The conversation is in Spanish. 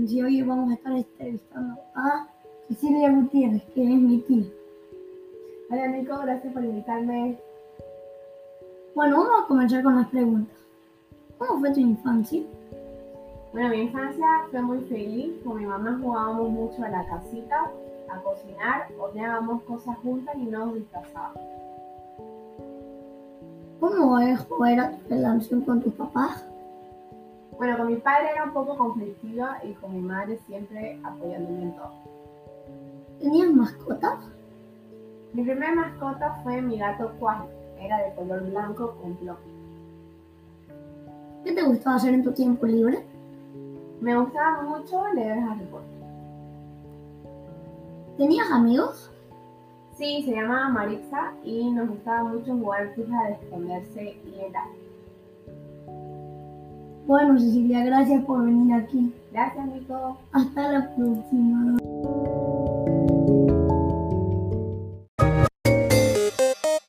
y hoy vamos a estar entrevistando a Cecilia Gutiérrez, que es mi tía. Hola Nico, gracias por invitarme. Bueno, vamos a comenzar con las preguntas. ¿Cómo fue tu infancia? Bueno, mi infancia fue muy feliz. Con mi mamá jugábamos mucho a la casita, a cocinar, horneábamos cosas juntas y nos disfrazábamos. ¿Cómo era tu relación con tus papás? Bueno, con mi padre era un poco conflictiva y con mi madre siempre apoyándome en todo. ¿Tenías mascotas? Mi primera mascota fue mi gato Quasi. Era de color blanco con plomo. ¿Qué te gustaba hacer en tu tiempo libre? Me gustaba mucho leer Harry Potter. ¿Tenías amigos? Sí, se llamaba Maritza y nos gustaba mucho jugar fija de esconderse y el aire. Bueno, Cecilia, gracias por venir aquí. Gracias, Nico. Hasta la próxima.